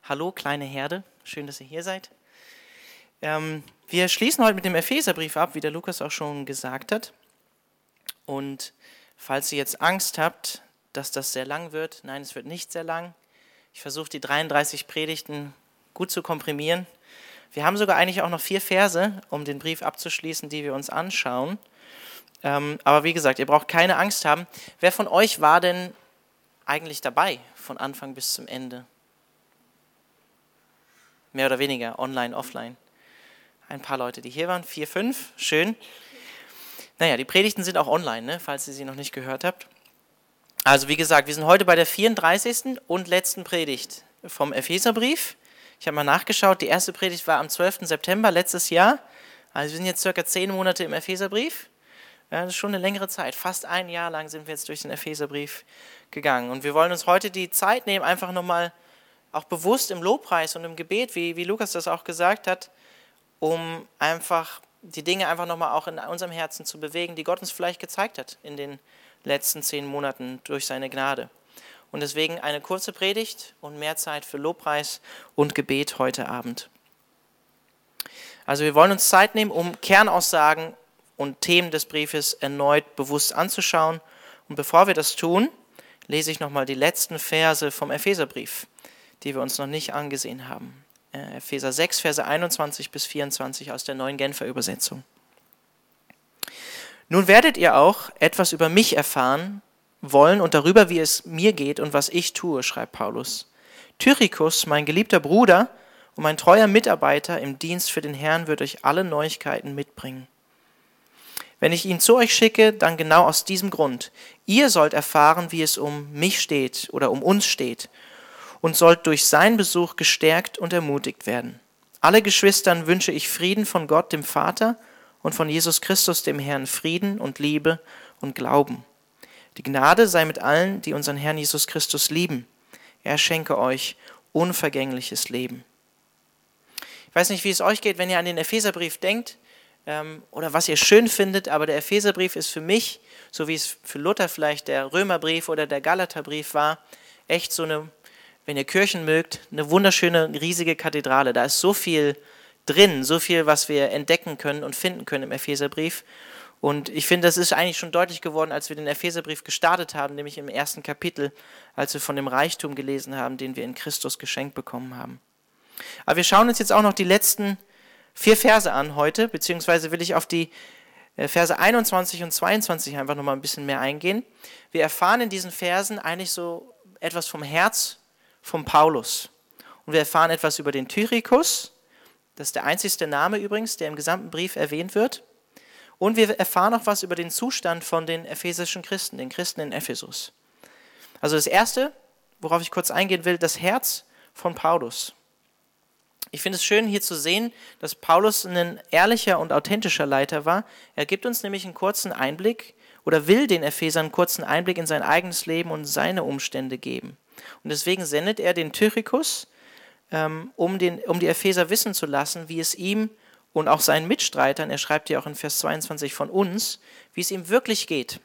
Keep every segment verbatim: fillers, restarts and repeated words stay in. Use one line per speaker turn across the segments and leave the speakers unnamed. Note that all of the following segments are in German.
Hallo, kleine Herde. Schön, dass ihr hier seid. Ähm, wir schließen heute mit dem Epheserbrief ab, wie der Lukas auch schon gesagt hat. Und falls ihr jetzt Angst habt, dass das sehr lang wird, nein, es wird nicht sehr lang. Ich versuche, die dreiunddreißig Predigten gut zu komprimieren. Wir haben sogar eigentlich auch noch vier Verse, um den Brief abzuschließen, die wir uns anschauen. Ähm, aber wie gesagt, ihr braucht keine Angst haben. Wer von euch war denn eigentlich dabei, von Anfang bis zum Ende? Mehr oder weniger, online, offline. Ein paar Leute, die hier waren, vier, fünf, schön. Naja, die Predigten sind auch online, ne, falls ihr sie noch nicht gehört habt. Also wie gesagt, wir sind heute bei der vierunddreißigsten und letzten Predigt vom Epheserbrief. Ich habe mal nachgeschaut, die erste Predigt war am zwölften September letztes Jahr. Also wir sind jetzt circa zehn Monate im Epheserbrief. Ja, das ist schon eine längere Zeit. Fast ein Jahr lang sind wir jetzt durch den Epheserbrief gegangen. Und wir wollen uns heute die Zeit nehmen, einfach nochmal auch bewusst im Lobpreis und im Gebet, wie, wie Lukas das auch gesagt hat, um einfach die Dinge einfach nochmal auch in unserem Herzen zu bewegen, die Gott uns vielleicht gezeigt hat in den letzten zehn Monaten durch seine Gnade. Und deswegen eine kurze Predigt und mehr Zeit für Lobpreis und Gebet heute Abend. Also wir wollen uns Zeit nehmen, um Kernaussagen und Themen des Briefes erneut bewusst anzuschauen. Und bevor wir das tun, lese ich nochmal die letzten Verse vom Epheserbrief, die wir uns noch nicht angesehen haben. Epheser sechs, Verse einundzwanzig bis vierundzwanzig aus der Neuen Genfer Übersetzung. Nun werdet ihr auch etwas über mich erfahren wollen und darüber, wie es mir geht und was ich tue, schreibt Paulus. Tychicus, mein geliebter Bruder und mein treuer Mitarbeiter im Dienst für den Herrn, wird euch alle Neuigkeiten mitbringen. Wenn ich ihn zu euch schicke, dann genau aus diesem Grund. Ihr sollt erfahren, wie es um mich steht oder um uns steht, und sollt durch seinen Besuch gestärkt und ermutigt werden. Alle Geschwistern wünsche ich Frieden von Gott, dem Vater, und von Jesus Christus, dem Herrn, Frieden und Liebe und Glauben. Die Gnade sei mit allen, die unseren Herrn Jesus Christus lieben. Er schenke euch unvergängliches Leben. Ich weiß nicht, wie es euch geht, wenn ihr an den Epheserbrief denkt ähm, oder was ihr schön findet, aber der Epheserbrief ist für mich, so wie es für Luther vielleicht der Römerbrief oder der Galaterbrief war, echt so eine, wenn ihr Kirchen mögt, eine wunderschöne, riesige Kathedrale. Da ist so viel drin, so viel, was wir entdecken können und finden können im Epheserbrief. Und ich finde, das ist eigentlich schon deutlich geworden, als wir den Epheserbrief gestartet haben, nämlich im ersten Kapitel, als wir von dem Reichtum gelesen haben, den wir in Christus geschenkt bekommen haben. Aber wir schauen uns jetzt auch noch die letzten vier Verse an heute, beziehungsweise will ich auf die Verse einundzwanzig und zweiundzwanzig einfach nochmal ein bisschen mehr eingehen. Wir erfahren in diesen Versen eigentlich so etwas vom Herz von Paulus. Und wir erfahren etwas über den Tychicus, das ist der einzigste Name übrigens, der im gesamten Brief erwähnt wird. Und wir erfahren auch was über den Zustand von den ephesischen Christen, den Christen in Ephesus. Also das Erste, worauf ich kurz eingehen will, das Herz von Paulus. Ich finde es schön hier zu sehen, dass Paulus ein ehrlicher und authentischer Leiter war. Er gibt uns nämlich einen kurzen Einblick oder will den Ephesern einen kurzen Einblick in sein eigenes Leben und seine Umstände geben. Und deswegen sendet er den Tychicus, ähm, um, den, um die Epheser wissen zu lassen, wie es ihm und auch seinen Mitstreitern, er schreibt ja auch in Vers zweiundzwanzig von uns, wie es ihm wirklich geht.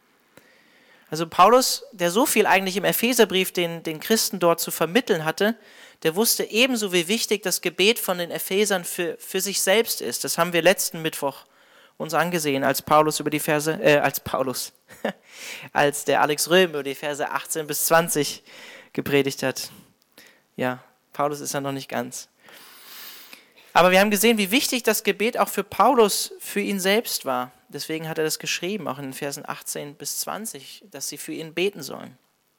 Also Paulus, der so viel eigentlich im Epheserbrief den, den Christen dort zu vermitteln hatte, der wusste ebenso, wie wichtig das Gebet von den Ephesern für, für sich selbst ist. Das haben wir letzten Mittwoch uns angesehen, als Paulus über die Verse, äh, als Paulus, als der Alex Röhm über die Verse achtzehn bis zwanzig gepredigt hat. Ja, Paulus ist ja noch nicht ganz. Aber wir haben gesehen, wie wichtig das Gebet auch für Paulus, für ihn selbst war. Deswegen hat er das geschrieben, auch in den Versen achtzehn bis zwanzig, dass sie für ihn beten sollen.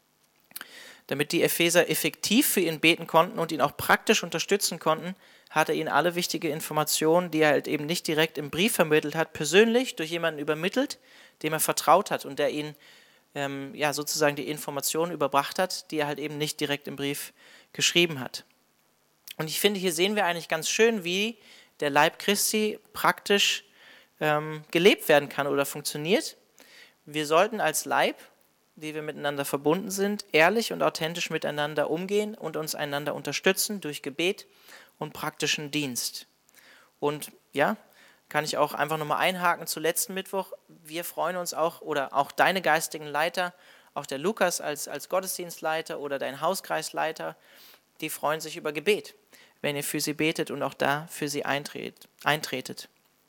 Damit die Epheser effektiv für ihn beten konnten und ihn auch praktisch unterstützen konnten, hat er ihnen alle wichtige Informationen, die er halt eben nicht direkt im Brief vermittelt hat, persönlich durch jemanden übermittelt, dem er vertraut hat und der ihnen ähm, ja, sozusagen die Informationen überbracht hat, die er halt eben nicht direkt im Brief geschrieben hat. Und ich finde, hier sehen wir eigentlich ganz schön, wie der Leib Christi praktisch ähm, gelebt werden kann oder funktioniert. Wir sollten als Leib, die wir miteinander verbunden sind, ehrlich und authentisch miteinander umgehen und uns einander unterstützen durch Gebet und praktischen Dienst. Und ja, kann ich auch einfach nochmal einhaken zu letzten Mittwoch. Wir freuen uns auch, oder auch deine geistigen Leiter, auch der Lukas als, als Gottesdienstleiter oder dein Hauskreisleiter, die freuen sich über Gebet, wenn ihr für sie betet und auch da für sie eintret, eintretet.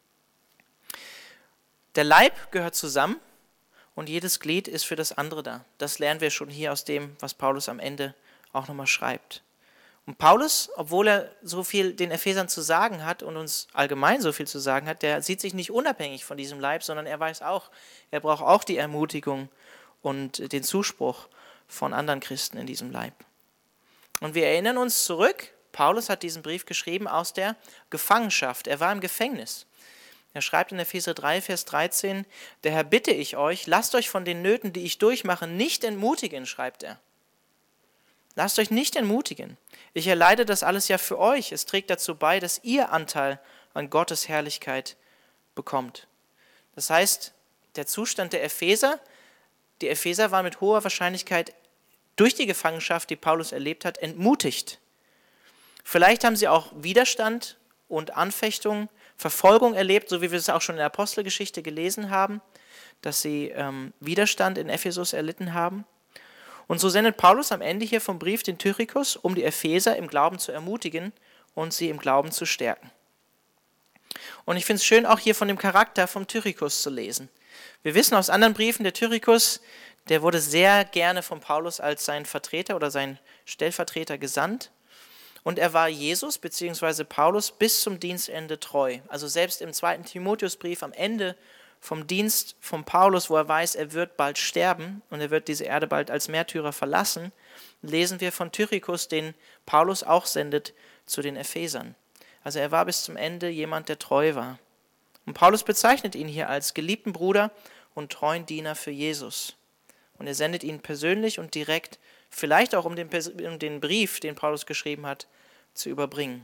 Der Leib gehört zusammen und jedes Glied ist für das andere da. Das lernen wir schon hier aus dem, was Paulus am Ende auch nochmal schreibt. Und Paulus, obwohl er so viel den Ephesern zu sagen hat und uns allgemein so viel zu sagen hat, der sieht sich nicht unabhängig von diesem Leib, sondern er weiß auch, er braucht auch die Ermutigung und den Zuspruch von anderen Christen in diesem Leib. Und wir erinnern uns zurück, Paulus hat diesen Brief geschrieben aus der Gefangenschaft. Er war im Gefängnis. Er schreibt in Epheser drei, Vers dreizehn, daher bitte ich euch, lasst euch von den Nöten, die ich durchmache, nicht entmutigen, schreibt er. Lasst euch nicht entmutigen. Ich erleide das alles ja für euch. Es trägt dazu bei, dass ihr Anteil an Gottes Herrlichkeit bekommt. Das heißt, der Zustand der Epheser, die Epheser waren mit hoher Wahrscheinlichkeit durch die Gefangenschaft, die Paulus erlebt hat, entmutigt. Vielleicht haben sie auch Widerstand und Anfechtung, Verfolgung erlebt, so wie wir es auch schon in der Apostelgeschichte gelesen haben, dass sie ähm, Widerstand in Ephesus erlitten haben. Und so sendet Paulus am Ende hier vom Brief den Tychicus, um die Epheser im Glauben zu ermutigen und sie im Glauben zu stärken. Und ich finde es schön, auch hier von dem Charakter vom Tychicus zu lesen. Wir wissen aus anderen Briefen, der Tychicus, der wurde sehr gerne von Paulus als sein Vertreter oder sein Stellvertreter gesandt. Und er war Jesus bzw. Paulus bis zum Dienstende treu. Also selbst im zweiten Timotheusbrief am Ende vom Dienst von Paulus, wo er weiß, er wird bald sterben und er wird diese Erde bald als Märtyrer verlassen, lesen wir von Tychicus, den Paulus auch sendet zu den Ephesern. Also er war bis zum Ende jemand, der treu war. Und Paulus bezeichnet ihn hier als geliebten Bruder und treuen Diener für Jesus. Und er sendet ihn persönlich und direkt, vielleicht auch um den, um den Brief, den Paulus geschrieben hat, zu überbringen.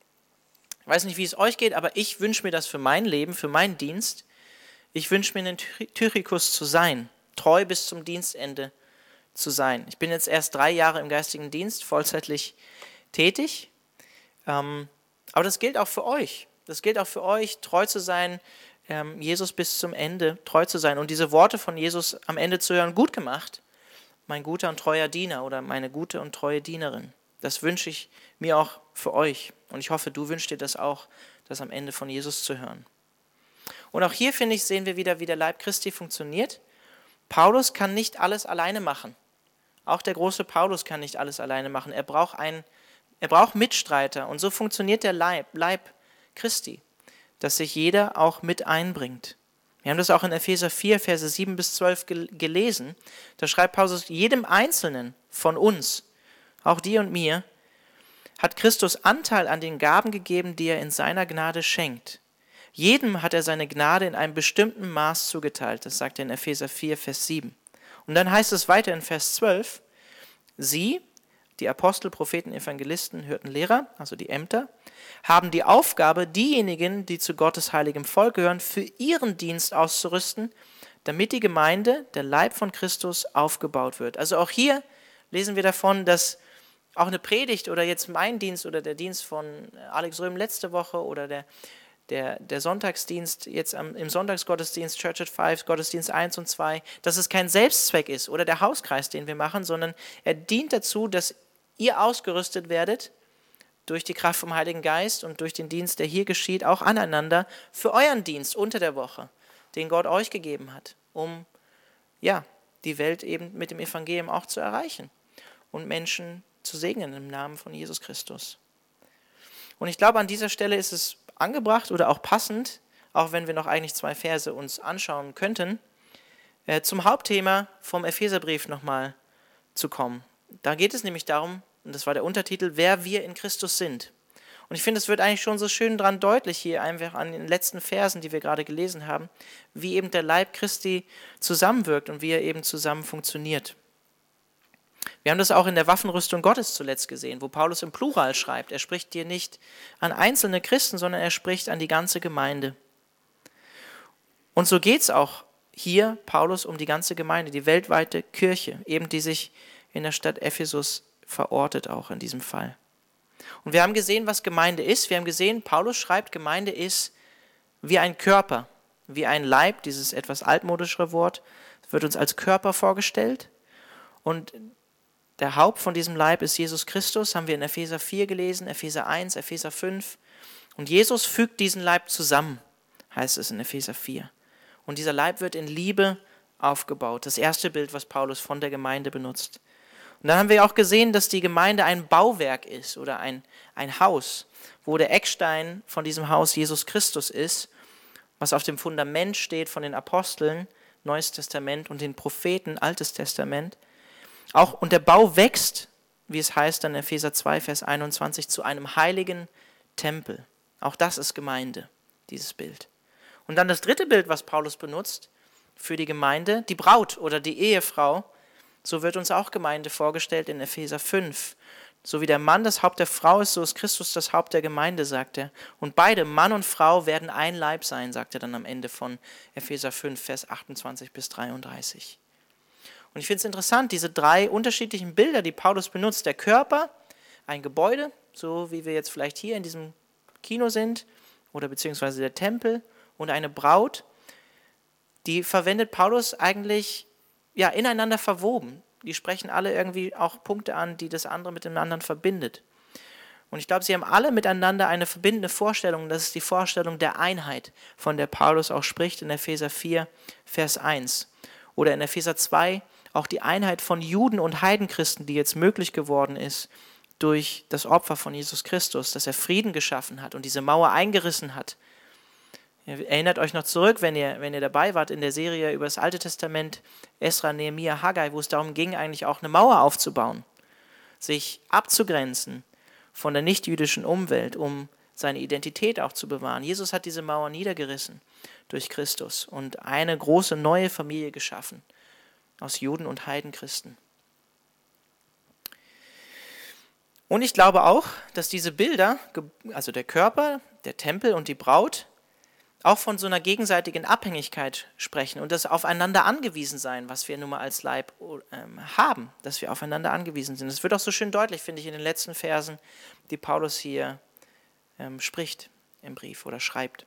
Ich weiß nicht, wie es euch geht, aber ich wünsche mir das für mein Leben, für meinen Dienst. Ich wünsche mir, ein Tychicus zu sein, treu bis zum Dienstende zu sein. Ich bin jetzt erst drei Jahre im geistigen Dienst, vollzeitlich tätig. Ähm, aber das gilt auch für euch. Das gilt auch für euch, treu zu sein, ähm, Jesus bis zum Ende treu zu sein. Und diese Worte von Jesus am Ende zu hören, gut gemacht, mein guter und treuer Diener oder meine gute und treue Dienerin. Das wünsche ich mir auch für euch. Und ich hoffe, du wünschst dir das auch, das am Ende von Jesus zu hören. Und auch hier, finde ich, sehen wir wieder, wie der Leib Christi funktioniert. Paulus kann nicht alles alleine machen. Auch der große Paulus kann nicht alles alleine machen. Er braucht einen, er braucht Mitstreiter. Und so funktioniert der Leib, Leib Christi, dass sich jeder auch mit einbringt. Wir haben das auch in Epheser vier, Verse sieben bis zwölf gelesen. Da schreibt Paulus, jedem Einzelnen von uns, auch dir und mir, hat Christus Anteil an den Gaben gegeben, die er in seiner Gnade schenkt. Jedem hat er seine Gnade in einem bestimmten Maß zugeteilt. Das sagt er in Epheser vier, Vers sieben. Und dann heißt es weiter in Vers zwölf, sie, die Apostel, Propheten, Evangelisten, Hirten, Lehrer, also die Ämter, haben die Aufgabe, diejenigen, die zu Gottes heiligem Volk gehören, für ihren Dienst auszurüsten, damit die Gemeinde, der Leib von Christus, aufgebaut wird. Also auch hier lesen wir davon, dass auch eine Predigt oder jetzt mein Dienst oder der Dienst von Alex Röhm letzte Woche oder der, der, der Sonntagsdienst jetzt am, im Sonntagsgottesdienst, Church at Five, Gottesdienst eins und zwei, dass es kein Selbstzweck ist oder der Hauskreis, den wir machen, sondern er dient dazu, dass ihr ausgerüstet werdet durch die Kraft vom Heiligen Geist und durch den Dienst, der hier geschieht, auch aneinander für euren Dienst unter der Woche, den Gott euch gegeben hat, um ja, die Welt eben mit dem Evangelium auch zu erreichen und Menschen zu segnen im Namen von Jesus Christus. Und ich glaube, an dieser Stelle ist es angebracht oder auch passend, auch wenn wir noch eigentlich zwei Verse uns anschauen könnten, äh, zum Hauptthema vom Epheserbrief nochmal zu kommen. Da geht es nämlich darum, und das war der Untertitel, wer wir in Christus sind. Und ich finde, es wird eigentlich schon so schön dran deutlich hier einfach an den letzten Versen, die wir gerade gelesen haben, wie eben der Leib Christi zusammenwirkt und wie er eben zusammen funktioniert. Wir haben das auch in der Waffenrüstung Gottes zuletzt gesehen, wo Paulus im Plural schreibt. Er spricht hier nicht an einzelne Christen, sondern er spricht an die ganze Gemeinde. Und so geht es auch hier, Paulus, um die ganze Gemeinde, die weltweite Kirche, eben die sich in der Stadt Ephesus verortet auch in diesem Fall. Und wir haben gesehen, was Gemeinde ist. Wir haben gesehen, Paulus schreibt, Gemeinde ist wie ein Körper, wie ein Leib, dieses etwas altmodischere Wort, wird uns als Körper vorgestellt. Und der Haupt von diesem Leib ist Jesus Christus, haben wir in Epheser vier gelesen, Epheser eins, Epheser fünf. Und Jesus fügt diesen Leib zusammen, heißt es in Epheser vier. Und dieser Leib wird in Liebe aufgebaut. Das erste Bild, was Paulus von der Gemeinde benutzt. Und dann haben wir auch gesehen, dass die Gemeinde ein Bauwerk ist oder ein, ein Haus, wo der Eckstein von diesem Haus Jesus Christus ist, was auf dem Fundament steht von den Aposteln, Neues Testament, und den Propheten, Altes Testament. Auch, und der Bau wächst, wie es heißt dann in Epheser zwei, Vers einundzwanzig, zu einem heiligen Tempel. Auch das ist Gemeinde, dieses Bild. Und dann das dritte Bild, was Paulus benutzt für die Gemeinde, die Braut oder die Ehefrau. So wird uns auch Gemeinde vorgestellt in Epheser fünf. So wie der Mann das Haupt der Frau ist, so ist Christus das Haupt der Gemeinde, sagt er. Und beide, Mann und Frau, werden ein Leib sein, sagt er dann am Ende von Epheser fünf, Vers achtundzwanzig bis dreiunddreißig. Und ich finde es interessant, diese drei unterschiedlichen Bilder, die Paulus benutzt. Der Körper, ein Gebäude, so wie wir jetzt vielleicht hier in diesem Kino sind, oder beziehungsweise der Tempel, und eine Braut, die verwendet Paulus eigentlich ja, ineinander verwoben. Die sprechen alle irgendwie auch Punkte an, die das andere mit dem anderen verbindet. Und ich glaube, sie haben alle miteinander eine verbindende Vorstellung. Das ist die Vorstellung der Einheit, von der Paulus auch spricht in Epheser vier, Vers eins. Oder in Epheser zwei auch die Einheit von Juden und Heidenchristen, die jetzt möglich geworden ist durch das Opfer von Jesus Christus, dass er Frieden geschaffen hat und diese Mauer eingerissen hat. Ihr erinnert euch noch zurück, wenn ihr, wenn ihr dabei wart in der Serie über das Alte Testament, Esra, Nehemia, Haggai, wo es darum ging, eigentlich auch eine Mauer aufzubauen, sich abzugrenzen von der nichtjüdischen Umwelt, um seine Identität auch zu bewahren. Jesus hat diese Mauer niedergerissen durch Christus und eine große neue Familie geschaffen aus Juden und Heidenchristen. Und ich glaube auch, dass diese Bilder, also der Körper, der Tempel und die Braut, auch von so einer gegenseitigen Abhängigkeit sprechen und das Aufeinander angewiesen sein, was wir nun mal als Leib ähm, haben, dass wir aufeinander angewiesen sind. Das wird auch so schön deutlich, finde ich, in den letzten Versen, die Paulus hier ähm, spricht im Brief oder schreibt.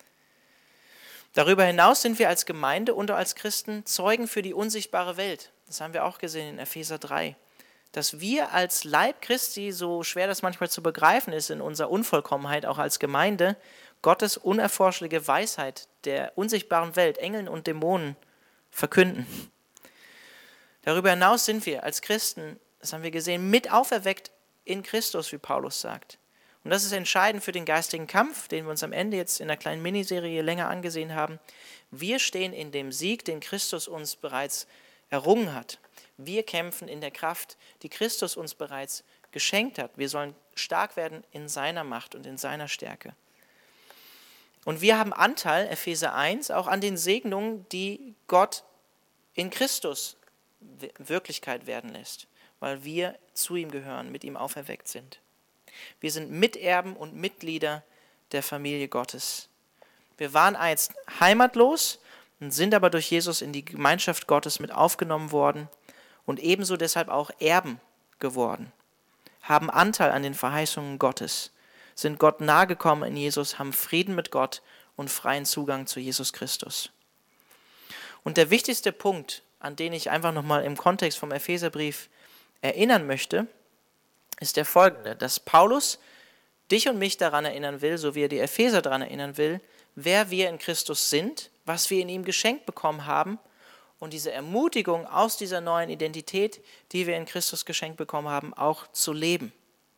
Darüber hinaus sind wir als Gemeinde und als Christen Zeugen für die unsichtbare Welt. Das haben wir auch gesehen in Epheser drei. Dass wir als Leib Christi, so schwer das manchmal zu begreifen ist in unserer Unvollkommenheit, auch als Gemeinde, Gottes unerforschliche Weisheit der unsichtbaren Welt, Engeln und Dämonen, verkünden. Darüber hinaus sind wir als Christen, das haben wir gesehen, mit auferweckt in Christus, wie Paulus sagt. Und das ist entscheidend für den geistigen Kampf, den wir uns am Ende jetzt in einer kleinen Miniserie länger angesehen haben. Wir stehen in dem Sieg, den Christus uns bereits errungen hat. Wir kämpfen in der Kraft, die Christus uns bereits geschenkt hat. Wir sollen stark werden in seiner Macht und in seiner Stärke. Und wir haben Anteil, Epheser eins, auch an den Segnungen, die Gott in Christus Wirklichkeit werden lässt, weil wir zu ihm gehören, mit ihm auferweckt sind. Wir sind Miterben und Mitglieder der Familie Gottes. Wir waren einst heimatlos und sind aber durch Jesus in die Gemeinschaft Gottes mit aufgenommen worden und ebenso deshalb auch Erben geworden, haben Anteil an den Verheißungen Gottes, sind Gott nahegekommen in Jesus, haben Frieden mit Gott und freien Zugang zu Jesus Christus. Und der wichtigste Punkt, an den ich einfach nochmal im Kontext vom Epheserbrief erinnern möchte, ist der folgende, dass Paulus dich und mich daran erinnern will, so wie er die Epheser daran erinnern will, wer wir in Christus sind, was wir in ihm geschenkt bekommen haben und diese Ermutigung aus dieser neuen Identität, die wir in Christus geschenkt bekommen haben, auch zu leben.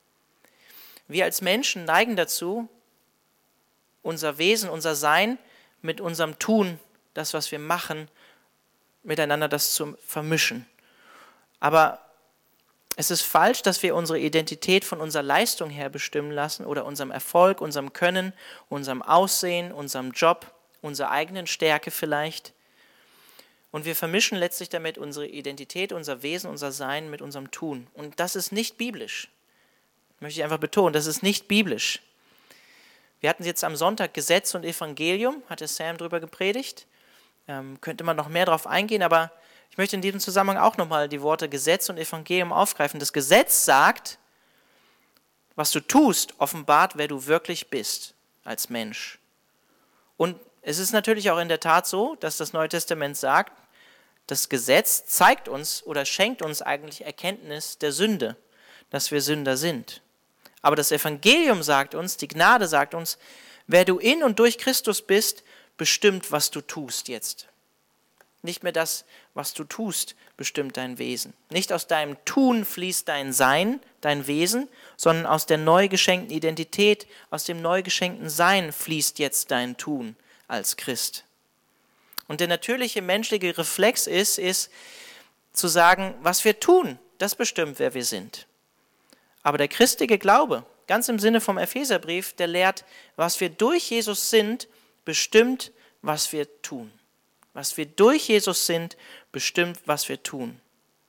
Wir als Menschen neigen dazu, unser Wesen, unser Sein mit unserem Tun, das, was wir machen, miteinander das zu vermischen. Aber es ist falsch, dass wir unsere Identität von unserer Leistung her bestimmen lassen oder unserem Erfolg, unserem Können, unserem Aussehen, unserem Job, unserer eigenen Stärke vielleicht. Und wir vermischen letztlich damit unsere Identität, unser Wesen, unser Sein mit unserem Tun. Und das ist nicht biblisch. Möchte ich einfach betonen, das ist nicht biblisch. Wir hatten jetzt am Sonntag Gesetz und Evangelium, hatte Sam drüber gepredigt. Ähm, könnte man noch mehr darauf eingehen, aber ich möchte in diesem Zusammenhang auch nochmal die Worte Gesetz und Evangelium aufgreifen. Das Gesetz sagt, was du tust, offenbart, wer du wirklich bist als Mensch. Und es ist natürlich auch in der Tat so, dass das Neue Testament sagt, Das Gesetz zeigt uns oder schenkt uns eigentlich Erkenntnis der Sünde, dass wir Sünder sind. Aber das Evangelium sagt uns, die Gnade sagt uns, wer du in und durch Christus bist, bestimmt, was du tust jetzt. Nicht mehr das, was du tust, bestimmt dein Wesen. Nicht aus deinem Tun fließt dein Sein, dein Wesen, sondern aus der neu geschenkten Identität, aus dem neu geschenkten Sein fließt jetzt dein Tun als Christ. Und der natürliche menschliche Reflex ist, ist zu sagen, was wir tun, das bestimmt, wer wir sind. Aber der christliche Glaube, ganz im Sinne vom Epheserbrief, der lehrt, was wir durch Jesus sind, bestimmt, was wir tun. Was wir durch Jesus sind, bestimmt, was wir tun.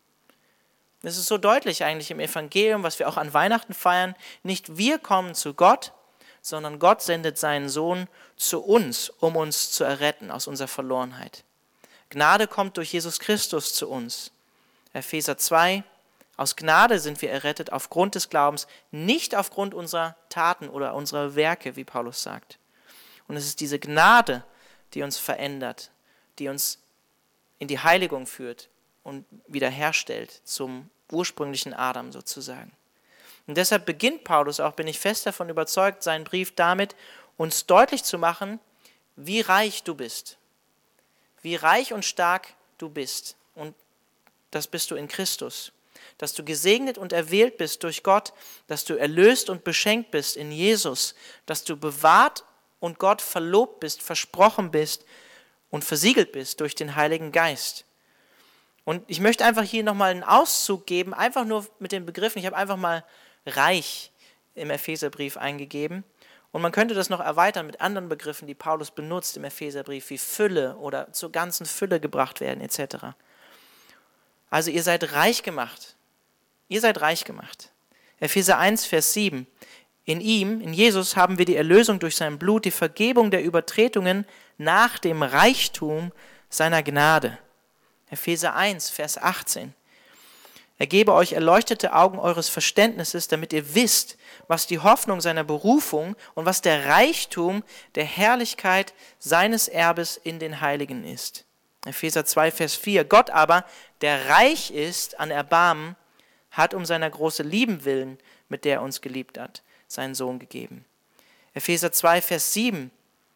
Das ist so deutlich eigentlich im Evangelium, was wir auch an Weihnachten feiern. Nicht wir kommen zu Gott, sondern Gott sendet seinen Sohn zu uns, um uns zu erretten aus unserer Verlorenheit. Gnade kommt durch Jesus Christus zu uns. Epheser zwei, aus Gnade sind wir errettet aufgrund des Glaubens, nicht aufgrund unserer Taten oder unserer Werke, wie Paulus sagt. Und es ist diese Gnade, die uns verändert, die uns in die Heiligung führt und wiederherstellt zum ursprünglichen Adam sozusagen. Und deshalb beginnt Paulus auch, bin ich fest davon überzeugt, seinen Brief damit, uns deutlich zu machen, wie reich du bist. Wie reich und stark du bist. Und das bist du in Christus. Dass du gesegnet und erwählt bist durch Gott, dass du erlöst und beschenkt bist in Jesus, dass du bewahrt und Gott verlobt bist, versprochen bist und versiegelt bist durch den Heiligen Geist. Und ich möchte einfach hier nochmal einen Auszug geben, einfach nur mit den Begriffen. Ich habe einfach mal reich im Epheserbrief eingegeben. Und man könnte das noch erweitern mit anderen Begriffen, die Paulus benutzt im Epheserbrief, wie Fülle oder zur ganzen Fülle gebracht werden et cetera. Also ihr seid reich gemacht. Ihr seid reich gemacht. Epheser eins, Vers sieben. In ihm, in Jesus, haben wir die Erlösung durch sein Blut, die Vergebung der Übertretungen nach dem Reichtum seiner Gnade. Epheser eins, Vers achtzehn. Er gebe euch erleuchtete Augen eures Verständnisses, damit ihr wisst, was die Hoffnung seiner Berufung und was der Reichtum der Herrlichkeit seines Erbes in den Heiligen ist. Epheser zwei, Vers vier. Gott aber, der reich ist an Erbarmen, hat um seiner großen Lieben willen, mit der er uns geliebt hat, seinen Sohn gegeben. Epheser zwei, Vers sieben.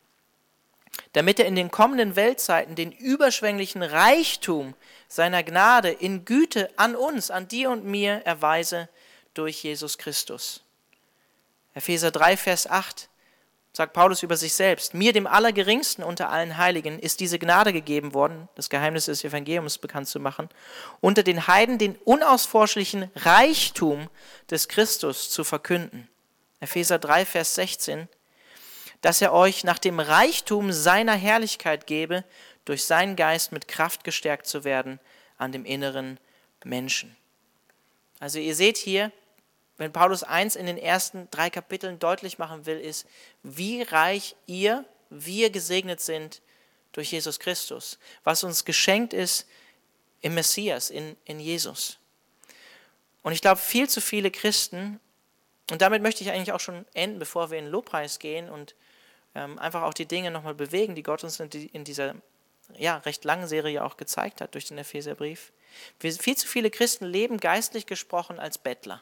Damit er in den kommenden Weltzeiten den überschwänglichen Reichtum seiner Gnade in Güte an uns, an dir und mir erweise durch Jesus Christus. Epheser drei, Vers acht sagt Paulus über sich selbst: Mir, dem Allergeringsten unter allen Heiligen, ist diese Gnade gegeben worden, das Geheimnis des Evangeliums bekannt zu machen, unter den Heiden den unausforschlichen Reichtum des Christus zu verkünden. Epheser drei, Vers sechzehn, dass er euch nach dem Reichtum seiner Herrlichkeit gebe, durch seinen Geist mit Kraft gestärkt zu werden an dem inneren Menschen. Also ihr seht hier, wenn Paulus eins in den ersten drei Kapiteln deutlich machen will, ist, wie reich ihr, wir gesegnet sind durch Jesus Christus, was uns geschenkt ist im Messias, in, in Jesus. Und ich glaube, viel zu viele Christen, und damit möchte ich eigentlich auch schon enden, bevor wir in den Lobpreis gehen und ähm, einfach auch die Dinge nochmal bewegen, die Gott uns in, die, in dieser ja, recht langen Serie auch gezeigt hat durch den Epheserbrief. Wir, viel zu viele Christen leben geistlich gesprochen als Bettler.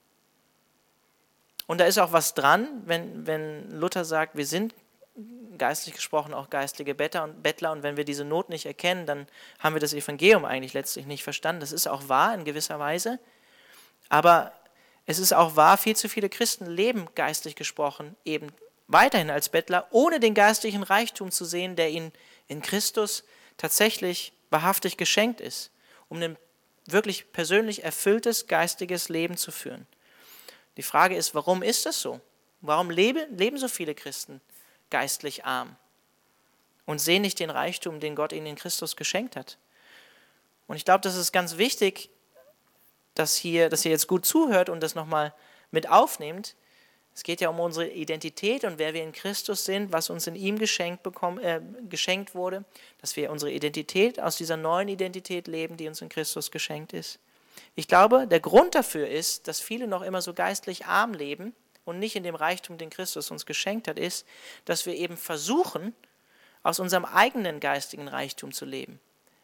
Und da ist auch was dran, wenn, wenn Luther sagt, wir sind geistlich gesprochen auch geistliche Bettler und, Bettler und wenn wir diese Not nicht erkennen, dann haben wir das Evangelium eigentlich letztlich nicht verstanden. Das ist auch wahr in gewisser Weise, aber es ist auch wahr, viel zu viele Christen leben geistlich gesprochen eben weiterhin als Bettler, ohne den geistlichen Reichtum zu sehen, der ihnen in Christus tatsächlich wahrhaftig geschenkt ist, um ein wirklich persönlich erfülltes geistiges Leben zu führen. Die Frage ist, warum ist das so? Warum leben, leben so viele Christen geistlich arm und sehen nicht den Reichtum, den Gott ihnen in Christus geschenkt hat? Und ich glaube, das ist ganz wichtig, dass, hier, dass ihr jetzt gut zuhört und das nochmal mit aufnehmt. Es geht ja um unsere Identität und wer wir in Christus sind, was uns in ihm geschenkt, bekommen, äh, geschenkt wurde, dass wir unsere Identität aus dieser neuen Identität leben, die uns in Christus geschenkt ist. Ich glaube, der Grund dafür ist, dass viele noch immer so geistlich arm leben und nicht in dem Reichtum, den Christus uns geschenkt hat, ist, dass wir eben versuchen, aus unserem eigenen geistigen Reichtum zu leben.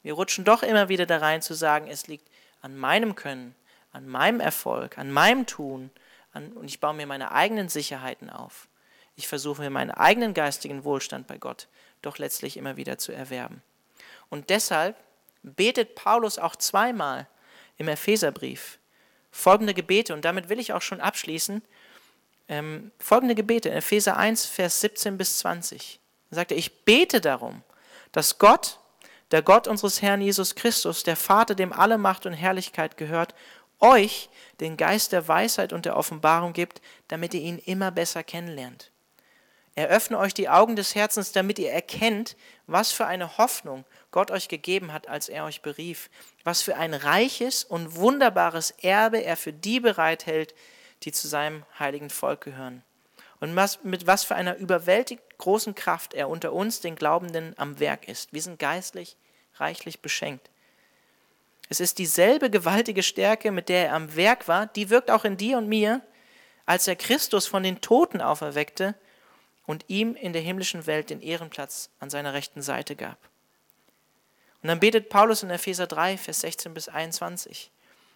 Wir rutschen doch immer wieder da rein zu sagen, es liegt an meinem Können, an meinem Erfolg, an meinem Tun, an, und ich baue mir meine eigenen Sicherheiten auf. Ich versuche mir meinen eigenen geistigen Wohlstand bei Gott doch letztlich immer wieder zu erwerben. Und deshalb betet Paulus auch zweimal im Epheserbrief folgende Gebete, und damit will ich auch schon abschließen, ähm, folgende Gebete, in Epheser eins, Vers siebzehn bis zwanzig. Da sagt er, ich bete darum, dass Gott, der Gott unseres Herrn Jesus Christus, der Vater, dem alle Macht und Herrlichkeit gehört, euch den Geist der Weisheit und der Offenbarung gibt, damit ihr ihn immer besser kennenlernt. Er öffne euch die Augen des Herzens, damit ihr erkennt, was für eine Hoffnung Gott euch gegeben hat, als er euch berief, was für ein reiches und wunderbares Erbe er für die bereithält, die zu seinem heiligen Volk gehören. Und was, mit was für einer überwältigend großen Kraft er unter uns, den Glaubenden, am Werk ist. Wir sind geistlich reichlich beschenkt. Es ist dieselbe gewaltige Stärke, mit der er am Werk war, die wirkt auch in dir und mir, als er Christus von den Toten auferweckte und ihm in der himmlischen Welt den Ehrenplatz an seiner rechten Seite gab. Und dann betet Paulus in Epheser drei, Vers sechzehn bis einundzwanzig.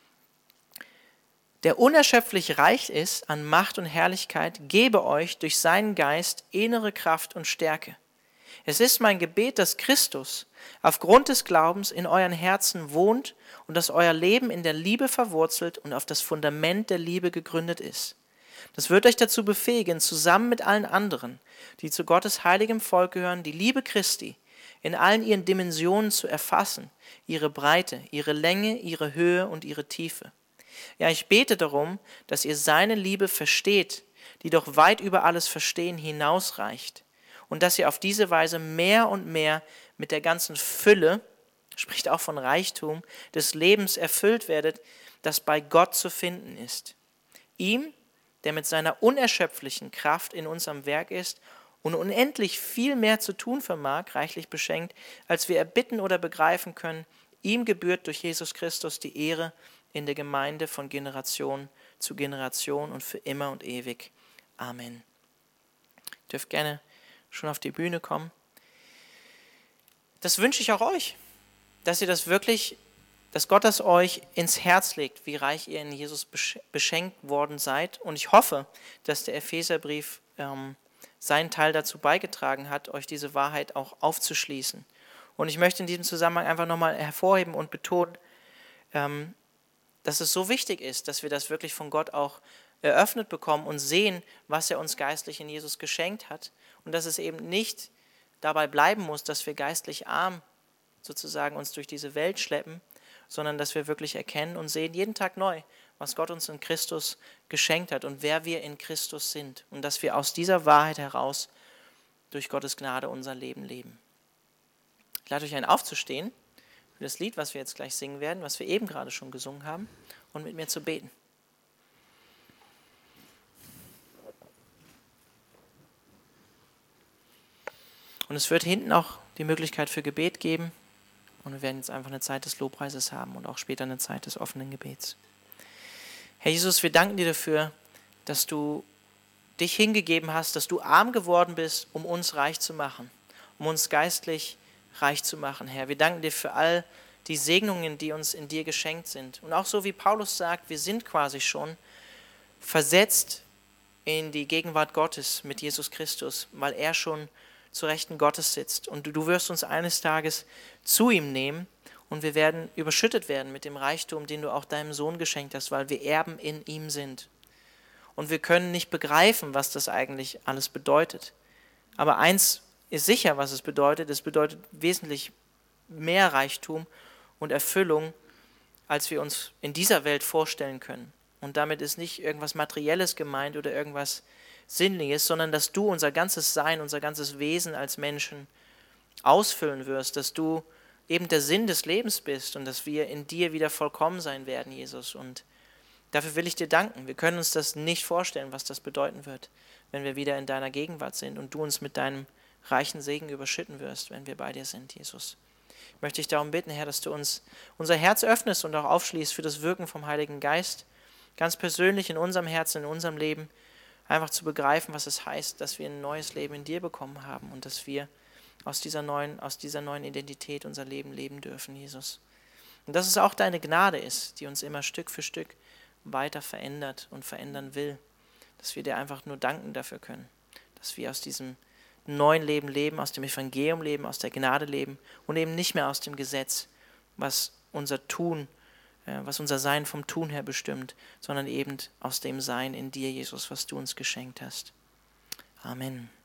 Der unerschöpflich reich ist an Macht und Herrlichkeit, gebe euch durch seinen Geist innere Kraft und Stärke. Es ist mein Gebet, dass Christus aufgrund des Glaubens in euren Herzen wohnt und dass euer Leben in der Liebe verwurzelt und auf das Fundament der Liebe gegründet ist. Das wird euch dazu befähigen, zusammen mit allen anderen, die zu Gottes heiligem Volk gehören, die Liebe Christi in allen ihren Dimensionen zu erfassen, ihre Breite, ihre Länge, ihre Höhe und ihre Tiefe. Ja, ich bete darum, dass ihr seine Liebe versteht, die doch weit über alles Verstehen hinausreicht, und dass ihr auf diese Weise mehr und mehr mit der ganzen Fülle, spricht auch von Reichtum, des Lebens erfüllt werdet, das bei Gott zu finden ist. Ihm, der mit seiner unerschöpflichen Kraft in uns am Werk ist und unendlich viel mehr zu tun vermag, reichlich beschenkt, als wir erbitten oder begreifen können, ihm gebührt durch Jesus Christus die Ehre in der Gemeinde von Generation zu Generation und für immer und ewig. Amen. Ihr dürft gerne schon auf die Bühne kommen. Das wünsche ich auch euch, dass ihr das wirklich, dass Gott das euch ins Herz legt, wie reich ihr in Jesus beschenkt worden seid. Und ich hoffe, dass der Epheserbrief ähm, seinen Teil dazu beigetragen hat, euch diese Wahrheit auch aufzuschließen. Und ich möchte in diesem Zusammenhang einfach nochmal hervorheben und betonen, ähm, dass es so wichtig ist, dass wir das wirklich von Gott auch eröffnet bekommen und sehen, was er uns geistlich in Jesus geschenkt hat. Und dass es eben nicht dabei bleiben muss, dass wir geistlich arm sozusagen uns durch diese Welt schleppen, sondern dass wir wirklich erkennen und sehen jeden Tag neu, was Gott uns in Christus geschenkt hat und wer wir in Christus sind. Und dass wir aus dieser Wahrheit heraus durch Gottes Gnade unser Leben leben. Ich lade euch ein, aufzustehen für das Lied, was wir jetzt gleich singen werden, was wir eben gerade schon gesungen haben, und mit mir zu beten. Und es wird hinten auch die Möglichkeit für Gebet geben. Und wir werden jetzt einfach eine Zeit des Lobpreises haben und auch später eine Zeit des offenen Gebets. Herr Jesus, wir danken dir dafür, dass du dich hingegeben hast, dass du arm geworden bist, um uns reich zu machen, um uns geistlich reich zu machen, Herr. Wir danken dir für all die Segnungen, die uns in dir geschenkt sind. Und auch so wie Paulus sagt, wir sind quasi schon versetzt in die Gegenwart Gottes mit Jesus Christus, weil er schon zu Rechten Gottes sitzt. Und du, du wirst uns eines Tages zu ihm nehmen und wir werden überschüttet werden mit dem Reichtum, den du auch deinem Sohn geschenkt hast, weil wir Erben in ihm sind. Und wir können nicht begreifen, was das eigentlich alles bedeutet. Aber eins ist sicher, was es bedeutet. Es bedeutet wesentlich mehr Reichtum und Erfüllung, als wir uns in dieser Welt vorstellen können. Und damit ist nicht irgendwas Materielles gemeint oder irgendwas Sinnliches, sondern dass du unser ganzes Sein, unser ganzes Wesen als Menschen ausfüllen wirst, dass du eben der Sinn des Lebens bist und dass wir in dir wieder vollkommen sein werden, Jesus. Und dafür will ich dir danken. Wir können uns das nicht vorstellen, was das bedeuten wird, wenn wir wieder in deiner Gegenwart sind und du uns mit deinem reichen Segen überschütten wirst, wenn wir bei dir sind, Jesus. Ich möchte dich darum bitten, Herr, dass du uns unser Herz öffnest und auch aufschließt für das Wirken vom Heiligen Geist, ganz persönlich in unserem Herzen, in unserem Leben, einfach zu begreifen, was es heißt, dass wir ein neues Leben in dir bekommen haben und dass wir aus dieser neuen, aus dieser neuen Identität unser Leben leben dürfen, Jesus. Und dass es auch deine Gnade ist, die uns immer Stück für Stück weiter verändert und verändern will. Dass wir dir einfach nur danken dafür können. Dass wir aus diesem neuen Leben leben, aus dem Evangelium leben, aus der Gnade leben und eben nicht mehr aus dem Gesetz, was unser Tun, äh, was unser Sein vom Tun her bestimmt, sondern eben aus dem Sein in dir, Jesus, was du uns geschenkt hast. Amen.